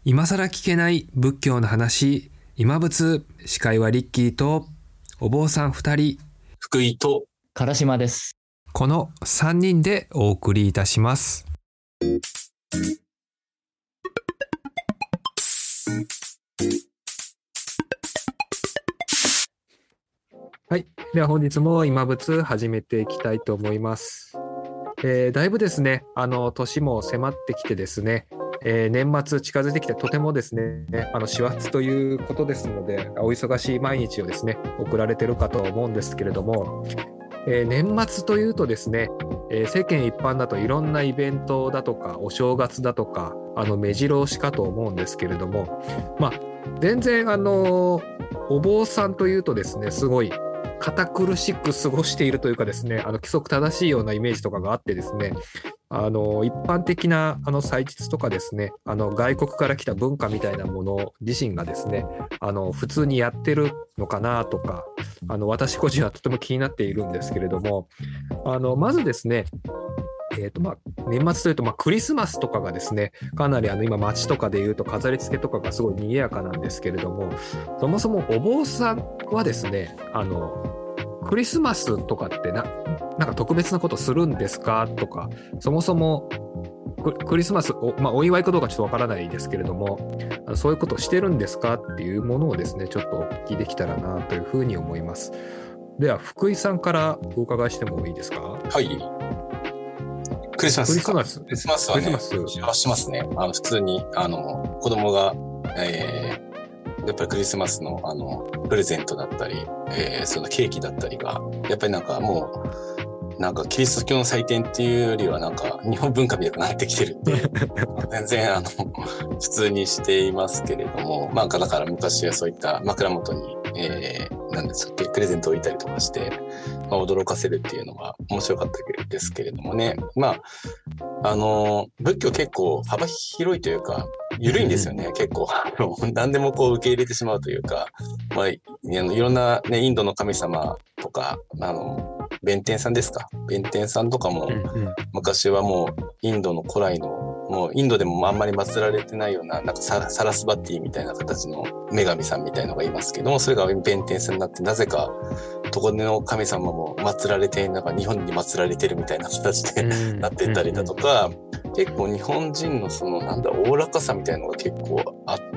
今更聞けない仏教の話、今仏。司会はリッキーとお坊さん2人、 福井と唐島です。 この3人でお送りいたします。はい、では本日も今仏始めていきたいと思います。だいぶですね、年も迫ってきてですね、年末近づいてきて、とてもですね、師走ということですので、お忙しい毎日をですね送られてるかと思うんですけれども、年末というとですね、世間一般だといろんなイベントだとかお正月だとか目白押しかと思うんですけれども、全然お坊さんというとですね、すごい堅苦しく過ごしているというかですね、規則正しいようなイメージとかがあってですね、一般的な祭日とかですね、外国から来た文化みたいなもの自身がですね、普通にやってるのかなとか、私個人はとても気になっているんですけれども、まずですね、年末というとクリスマスとかがですね、かなり今街とかでいうと飾り付けとかがすごい賑やかなんですけれども、そもそもお坊さんはですね、クリスマスとかってなんか特別なことするんですかとか、そもそもクリスマスお祝いかどうかちょっとわからないですけれども、そういうことしてるんですかっていうものをですね、ちょっとお聞きできたらなというふうに思います。では福井さんからお伺いしてもいいですか？ はい。クリスマスか。クリスマスはね、しますね。普通に子供が、やっぱりクリスマスのプレゼントだったり、そのケーキだったりがやっぱりなんかもうなんかキリスト教の祭典っていうよりはなんか日本文化みたいになってきてるんで全然普通にしていますけれども、だから昔はそういった枕元に、なんですか、プレゼントを置いたりとかして、驚かせるっていうのが面白かったですけれどもね。仏教結構幅広いというか緩いんですよね。結構何でもこう受け入れてしまうというか、いろんなね、インドの神様とか弁天さんですか。弁天さんとかも、昔はもうインドの古来のもうインドでもあんまり祀られてないような、なんかサラスバティみたいな形の女神さんみたいのがいますけども、それが弁天さんになって、なぜかどこの神様も祀られて、なんか日本に祀られてるみたいな形でなってたりだとか、結構日本人のそのおおらかさみたいなのが結構あって、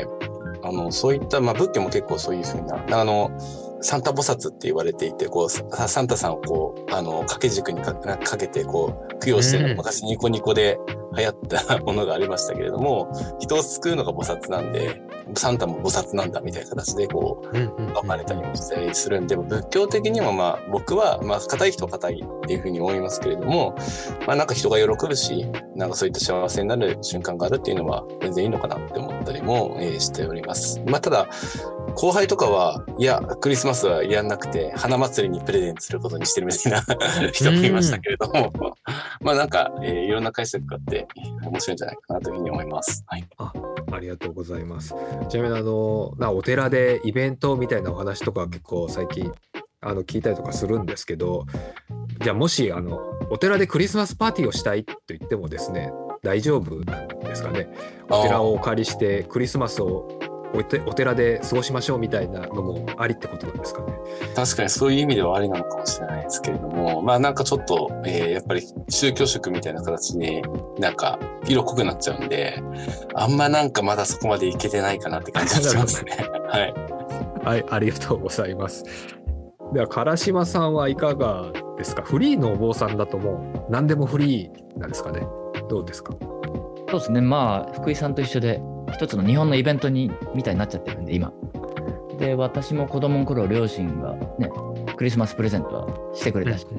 そういった仏教も結構そういう風なサンタ菩薩って言われていて、こうサンタさんをこう掛け軸にかけてこう供養してるの、昔ニコニコで流行ったものがありましたけれども、人を救うのが菩薩なんで、サンタも菩薩なんだみたいな形でこう分かれたりもしたりするんで、仏教的にも僕は固い人は固いっていうふうに思いますけれども、なんか人が喜ぶし、なんかそういった幸せになる瞬間があるっていうのは全然いいのかなって思ったりも、しております。ただ後輩とかは、いや、クリスマスはやんなくて、花祭りにプレゼントすることにしてるみたいな人もいましたけれども、なんか、いろんな解釈があって面白いんじゃないかなというふうに思います。はい。 ありがとうございます。ちなみにお寺でイベントみたいなお話とか結構最近聞いたりとかするんですけど、じゃあもしお寺でクリスマスパーティーをしたいと言ってもですね、大丈夫なんですかね？お寺をお借りしてクリスマスをお寺で過ごしましょうみたいなのもありってことなんですかね？ 確かにそういう意味ではありなのかもしれないですけれども、なんかちょっと、やっぱり宗教色みたいな形になんか色濃くなっちゃうんで、あんまなんかまだそこまでいけてないかなって感じがしますね。はい。 はい、ありがとうございます。では唐島さんはいかがですか？フリーのお坊さんだともう何でもフリーなんですかね？どうですか？ そうですね。福井さんと一緒で一つの日本のイベントみたいになっちゃってるんで、今。で、私も子供の頃、両親がね、クリスマスプレゼントはしてくれたし。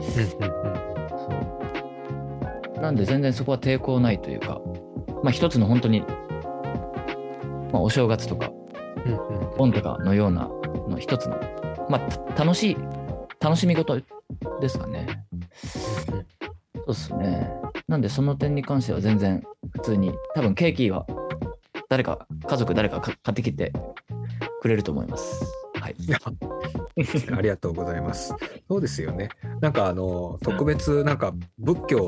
なんで全然そこは抵抗ないというか、一つの本当に、お正月とか、盆とかのようなの一つの、楽しみ事ですかね。そうですね。なんでその点に関しては全然普通に、多分ケーキは家族誰か買ってきてくれると思います。はい。 ありがとうございます。そうですよね。なんか特別なんか仏教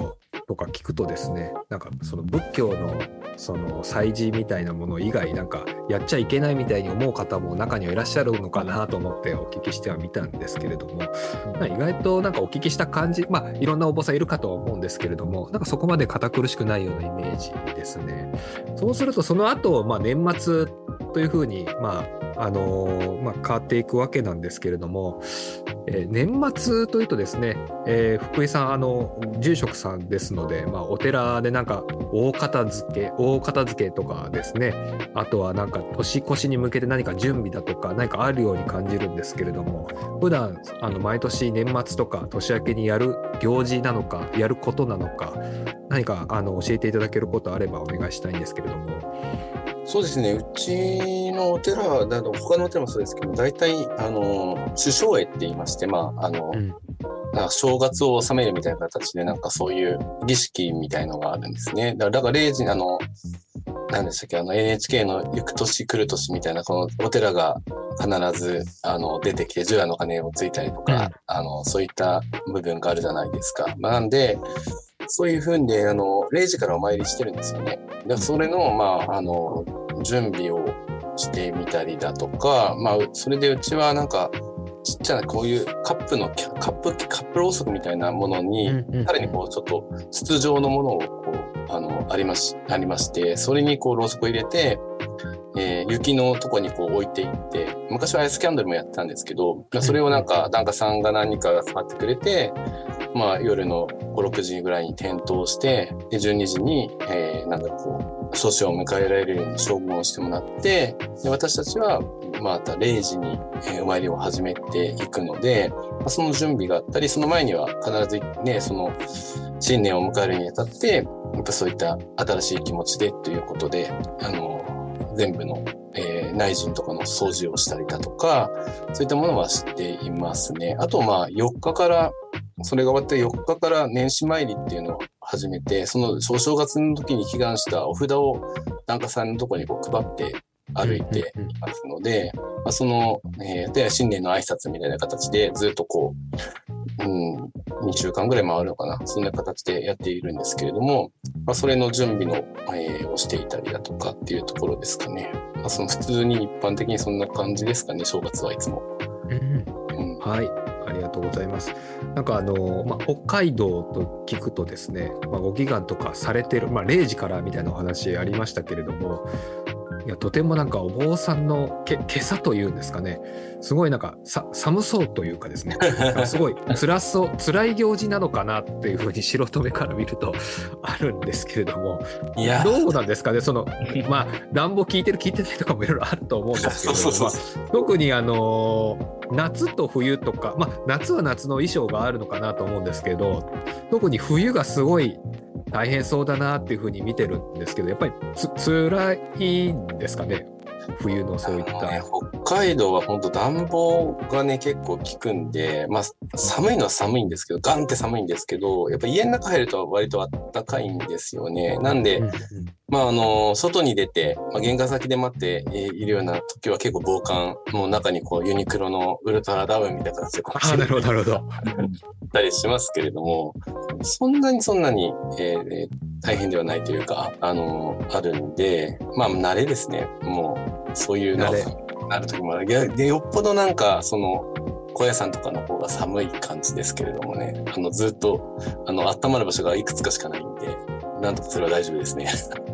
とか聞くとですね、なんかその仏教のその祭事みたいなもの以外なんかやっちゃいけないみたいに思う方も中にはいらっしゃるのかなと思ってお聞きしてはみたんですけれども、意外となんかお聞きした感じ、いろんなお坊さんいるかとは思うんですけれども、なんかそこまで堅苦しくないようなイメージですね。そうするとその後、年末というふうに変わっていくわけなんですけれども、年末というとですね、福井さん住職さんですので、お寺でなんか大片付けとかですね、あとはなんか年越しに向けて何か準備だとか何かあるように感じるんですけれども、普段毎年年末とか年明けにやる行事なのかやることなのか、何か教えていただけることあればお願いしたいんですけれども。 そうですね。うちのお寺など、他のお寺もそうですけど、大体、主正会って言いまして、なんか正月を収めるみたいな形で、なんかそういう儀式みたいのがあるんですね。だから0時、何でしたっけ、NHK の行く年来る年みたいな、このお寺が必ず、出てきて、除夜の鐘をついたりとか、そういった部分があるじゃないですか。なんで、そういうふうにで、0時からお参りしてるんですよね。で、それの、準備をしてみたりだとか、それでうちはなんか、ちっちゃなこういうカップろうそくみたいなものに、さらにこうちょっと筒状のものをこう、ありまして、それにこうろうそくを入れて、雪のとこにこう置いていって、昔はアイスキャンドルもやってたんですけど、それをなんか檀家さんが何人かが使ってくれて、夜の5、6時ぐらいに点灯して、で、12時に、祖師を迎えられるように将軍をしてもらって、で、私たちは、また0時に、お参りを始めていくので、その準備があったり、その前には必ずね、その、新年を迎えるにあたって、やっぱそういった新しい気持ちでということで、全部の、内陣とかの掃除をしたりだとか、そういったものはしていますね。あと、4日から、それが終わって4日から年始参りっていうのを始めて、そのお正月の時に祈願したお札を檀家さんのところにこう配って歩いていますので、その、で、新年の挨拶みたいな形でずっとこう、2週間ぐらい回るのかな。そんな形でやっているんですけれども、それの準備の、をしていたりだとかっていうところですかね。その普通に一般的にそんな感じですかね、正月はいつも。 はい。ありがとうございます。なんか北海道と聞くとですね、ご祈願とかされてる、0時からみたいなお話ありましたけれども、いやとてもなんかお坊さんの今朝というんですかね、すごいなんか寒そうというかですね、すごい辛い行事なのかなっていうふうに素人目から見るとあるんですけれども、どうなんですかね、その暖房効いてる効いてないとかもいろいろあると思うんですけれども、特に夏と冬とか、夏は夏の衣装があるのかなと思うんですけど、特に冬がすごい大変そうだなっていうふうに見てるんですけど、やっぱり辛いんですかね、冬のそういった。 北海道は本当暖房がね結構効くんで、寒いのは寒いんですけど、ガンって寒いんですけど、やっぱ家の中入ると割と暖かいんですよね。なんで、外に出て、玄関先で待っているような時は結構防寒の中にこうユニクロのウルトラダウンみたいな形でこうなるほどたりしますけれども、そんなに、大変ではないというか、あるんで、慣れですね。もう、そういうのなる時もある。で、よっぽどなんか、高野山とかの方が寒い感じですけれどもね、ずっと、温まる場所がいくつかしかないんで、なんとかそれは大丈夫ですね。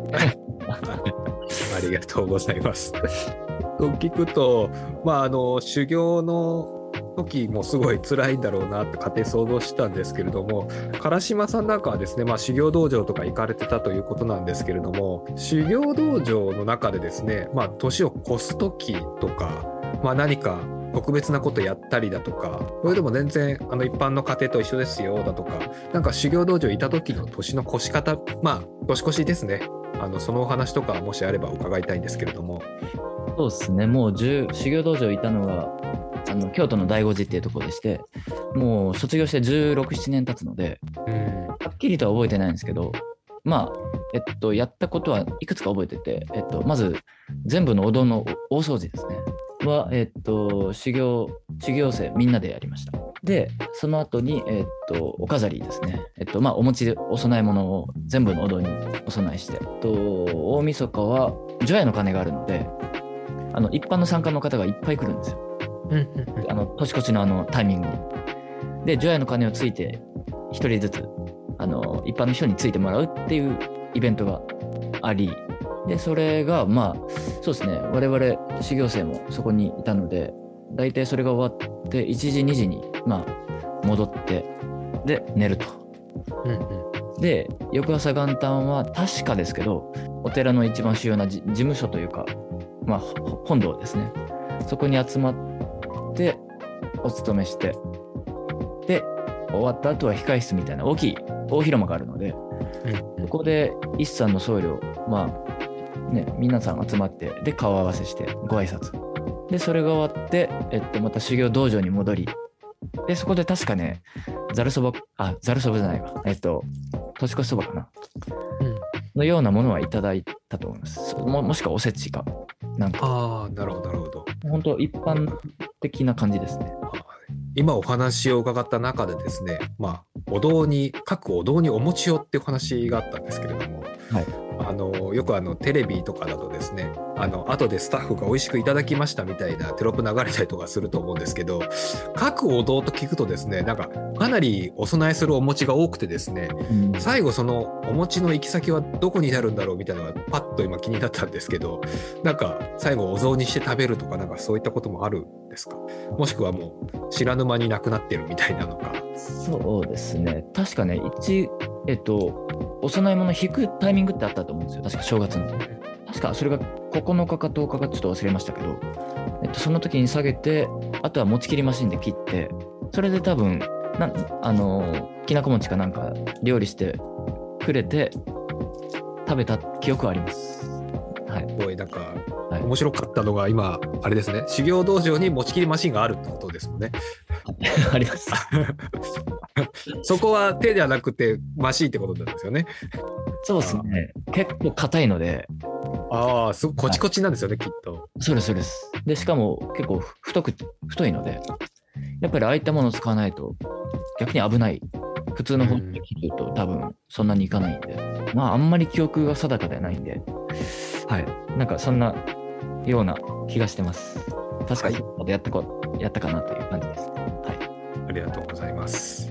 ありがとうございます。と聞くと、修行の時もすごい辛いんだろうなって勝手に想像したんですけれども、唐島さんなんかはですね、修行道場とか行かれてたということなんですけれども、修行道場の中でですね、年を越す時とか、何か特別なことやったりだとか、これでも全然一般の家庭と一緒ですよだとか、なんか修行道場いた時の年の越し方、年越しですね、そのお話とかもしあれば伺いたいんですけれども。 そうですね、もう修行道場いたのが京都の醍醐寺っていうところでして、もう卒業して16、17年経つので、はっきりとは覚えてないんですけど、やったことはいくつか覚えてて、まず全部のお堂の大掃除ですねは、修行生みんなでやりました。 で、その後に、お飾りですね。まあ、お餅でお供え物を全部のお堂にお供えして、大晦日は除夜の鐘があるので、一般の参加の方がいっぱい来るんですよ。年越しのタイミングに。で、除夜の鐘をついて、一人ずつ、一般の人についてもらうっていうイベントがあり、で、それが、まあ、そうですね、我々修行生もそこにいたので、大体それが終わって、1時、2時に、まあ、戻って、で、寝ると。で、翌朝元旦は、確かですけど、お寺の一番主要な事務所というか、まあ、本堂ですね。そこに集まって、お勤めして、で、終わった後は控室みたいな大きい大広間があるので、そこで一山の僧侶、まあね、皆さん集まって、で、顔合わせしてご挨拶。で、それが終わって、また修行道場に戻り、で、そこで確かね、ざるそばじゃないわ。年越しそばかな。のようなものはいただいたと思います。もしくはおせちか。なんか。 なるほど、なるほど。 本当一般的な感じですね。 今お話を伺った中でですね、まあ、各お堂にお餅をっていう話があったんですけれども、よくテレビとかだとですね、後でスタッフが美味しくいただきましたみたいなテロップ流れたりとかすると思うんですけど、各お堂と聞くとですね、なんかかなりお供えするお餅が多くてですね、最後そのお餅の行き先はどこになるんだろうみたいなのがパッと今気になったんですけど、なんか最後お雑煮して食べるとか、なんかそういったこともあるんですか？もしくはもう知らぬ間になくなってるみたいなのか。 そうですね。確かね、お供え物引くタイミングってあったと思うんですよ。確か正月の。確かそれが9日か10日かちょっと忘れましたけど、その時に下げて、あとは持ち切りマシンで切って、それで多分、きなこ餅かなんか料理してくれて、食べた記憶はあります。はい。 すごいなんか、面白かったのが今、あれですね、修行道場に持ち切りマシンがあるってことですもんね。 あります。 そこは手じゃなくてマシンってことなんですよね。 そうですね。結構硬いので。 すごいコチコチなんですよね、きっと。 そうです、そうです。で、しかも結構太いので、やっぱりああいったものを使わないと逆に危ない。普通の包丁で切ると多分そんなにいかないんで、まああんまり記憶が定かではないんで、はい。なんかそんなような気がしてます。確かにやったかなという感じですね。はい。 ありがとうございます。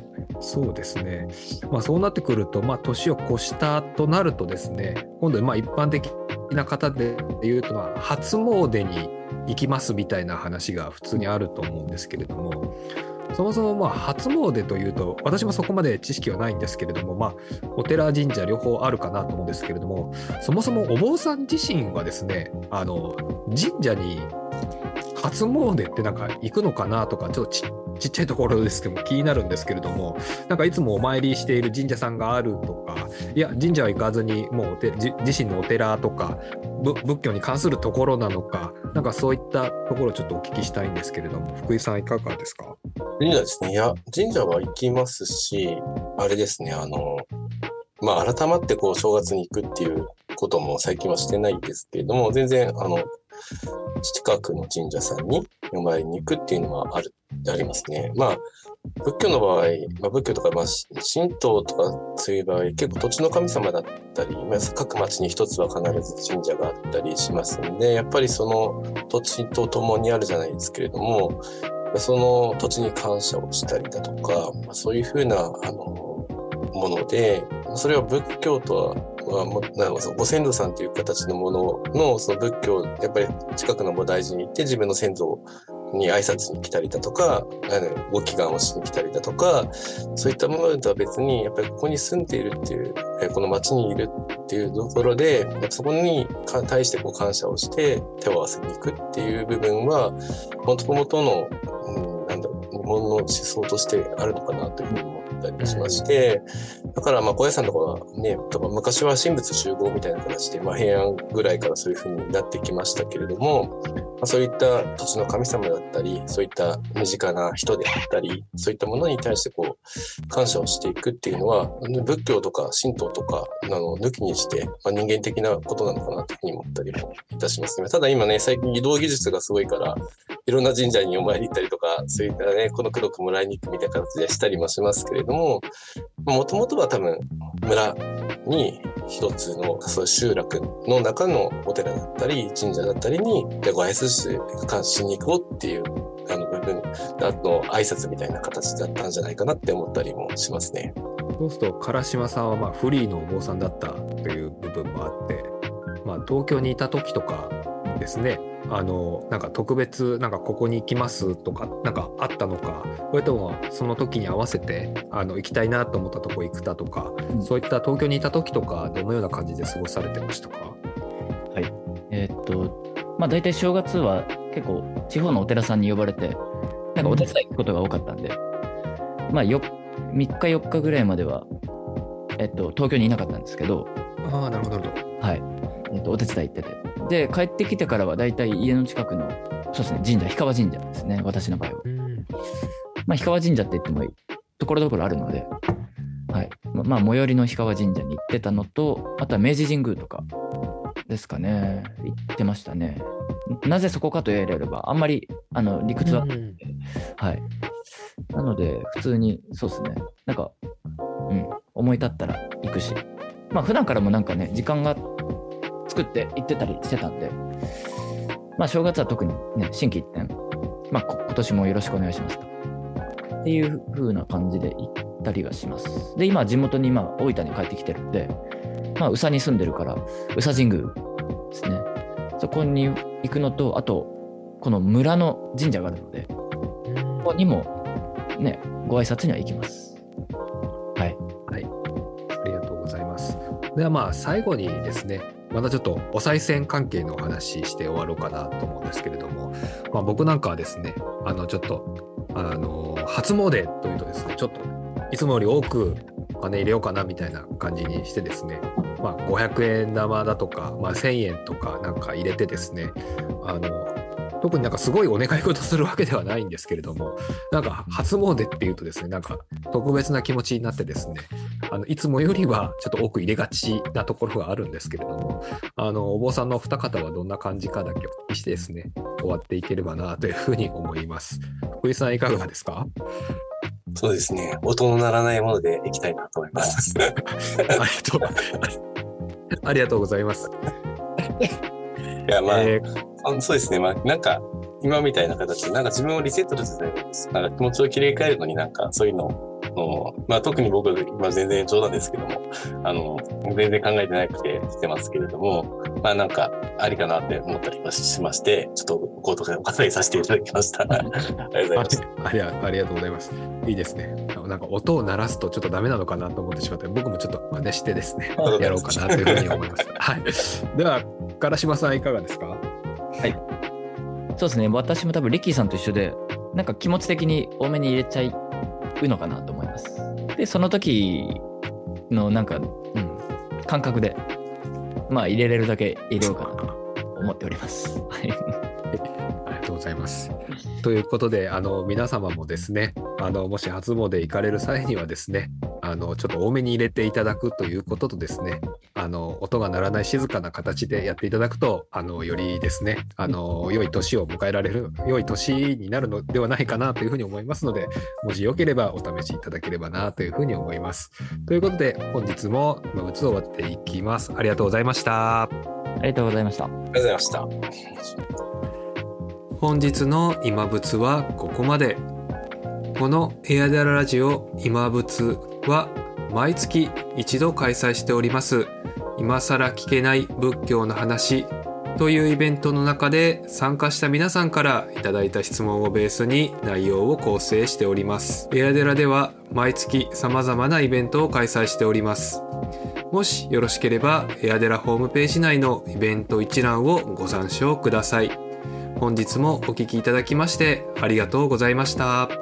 そうですね。まあそうなってくると、まあ年を越したとなるとですね、今度まあ一般的な方で言うと、まあ初詣に行きますみたいな話が普通にあると思うんですけれども、そもそもまあ初詣というと、私もそこまで知識はないんですけれども、まあお寺神社両方あるかなと思うんですけれども、そもそもお坊さん自身はですね、神社に初詣ってなんか行くのかなとか、ちょっとちっちゃいところですけども気になるんですけれども、なんかいつもお参りしている神社さんがあるとか、いや神社は行かずにもう自身のお寺とか仏教に関するところなのか、なんかそういったところをちょっとお聞きしたいんですけれども、福井さんいかがですか？ 神社ですね。いや、神社は行きますし、あれですね、まあ、改まってこう、正月に行くっていうことも最近はしてないんですけれども、全然、近くの神社さんにお参りに行くっていうのはありますね。まあ、仏教の場合、仏教とか、まあ、神道とかそういう場合、結構土地の神様だったり、まあ、各町に一つは必ず神社があったりしますので、やっぱりその土地と共にあるじゃないですけれども、その土地に感謝をしたりだとか、そういうふうな、もので、それは仏教とは、ご先祖さんという形のものの、その仏教をやっぱり近くの菩提寺に行って自分の先祖に挨拶に来たりだとか、ご祈願をしに来たりだとか、そういったものとは別に、やっぱりここに住んでいるっていう、この町にいるっていうところで、そこに対してこう感謝をして手を合わせに行くっていう部分は、もともとの、日本の思想としてあるのかなというふうに思ったりもしまして、だから高野山のところはね、昔は神仏集合みたいな形で、平安ぐらいからそういうふうになってきましたけれども、そういった土地の神様だったり、そういった身近な人であったり、そういったものに対してこう感謝をしていくっていうのは、仏教とか神道とか抜きにして、人間的なことなのかなというふうに思ったりもいたしますね。ただ今ね、最近移動技術がすごいから、 いろんな神社にお参り行ったりとか、そういったね、この功徳もらいに行くみたいな形でしたりもしますけれども、もともとは多分村に一つのそういう集落の中のお寺だったり神社だったりにご挨拶しに行こうっていう部分の挨拶みたいな形だったんじゃないかなって思ったりもしますね。 そうすると唐島さんはまあフリーのお坊さんだったという部分もあって、まあ、東京にいた時とかですね、なんか特別なんかここに行きますとかなんかあったのか、それともその時に合わせて行きたいなと思ったとこ行くたとか、そういった東京にいた時とかどのような感じで過ごされてましたか？ はい。まあ大体正月は結構地方のお寺さんに呼ばれて、なんかお手伝い行くことが多かったんで、まあ3日4日ぐらいまでは、東京にいなかったんですけど。 ああ、なるほど。 はい。お手伝い行ってて。で、帰ってきてからは大体家の近くの、そうですね、神社、氷川神社ですね、私の場合は。まあ、氷川神社って言ってもところどころあるので、はい。まあ、最寄りの氷川神社に行ってたのと、あとは明治神宮とかですかね、行ってましたね。なぜそこかと言われれば、あんまり理屈はなくて、はい。なので、普通に、そうですね、なんか、思い立ったら行くし、まあ、普段からもなんかね、時間が作って行ってたりしてたんで、まあ正月は特にね、心機一転、まあ今年もよろしくお願いしますと。っていう風な感じで行ったりはします。で、今地元に大分に帰ってきてるんで、まあ宇佐に住んでるから、宇佐神宮ですね。そこに行くのと、あと、この村の神社があるので、ここにもね、ご挨拶には行きます。はい。 はい。ありがとうございます。ではまあ最後にですね、またちょっとお賽銭関係のお話して終わろうかなと思うんですけれども、まあ、僕なんかはですね、ちょっと初詣というとですね、ちょっといつもより多くお金入れようかなみたいな感じにしてですね、まあ、500円玉だとか、まあ、1000円とかなんか入れてですね、特になんかすごいお願い事するわけではないんですけれども、なんか初詣っていうとですね、なんか特別な気持ちになってですね、いつもよりはちょっと多く入れがちなところがあるんですけれども、お坊さんのお二方はどんな感じかだけお聞きしてですね、終わっていければなというふうに思います。福井さんいかがですか？ そうですね、音の鳴らないものでいきたいなと思います。 ありがとうございます。 いや、まあ、そうですね。まあ、なんか、今みたいな形で、なんか自分をリセットして、なんか気持ちを切り替えるのになんか、そういうのまあ、特に僕は今全然冗談ですけども、全然考えてなくてしてますけれども、まあ、なんか、ありかなって思ったりしまして、ちょっとご答えさせていただきました。ありがとうございます。 ありがとうございます。いいですね。なんか音を鳴らすとちょっとダメなのかなと思ってしまって、僕もちょっと真似してですね、やろうかなというふうに思います。はい。では、唐島さんいかがですか？ はい。そうですね。私も多分リッキーさんと一緒で、なんか気持ち的に多めに入れちゃうのかなと思います。で、その時のなんか、感覚で、まあ入れれるだけ入れようかなと思っております。はい。 ありがとうございます。ということで、皆様もですね、もし初詣行かれる際にはですね、ちょっと多めに入れていただくということとですね、音が鳴らない静かな形でやっていただくと、よりですね、良い年を迎えられる、良い年になるのではないかなというふうに思いますので、もしよければお試しいただければなというふうに思います。ということで、本日も今物を終わっていきます。ありがとうございました。 ありがとうございました。 ありがとうございました。 本日の今仏はここまで。このエアダララジオ今仏は毎月一度開催しております今更聞けない仏教の話というイベントの中で参加した皆さんからいただいた質問をベースに内容を構成しております。エアデラでは毎月様々なイベントを開催しております。もしよろしければエアデラホームページ内のイベント一覧をご参照ください。本日もお聞きいただきましてありがとうございました。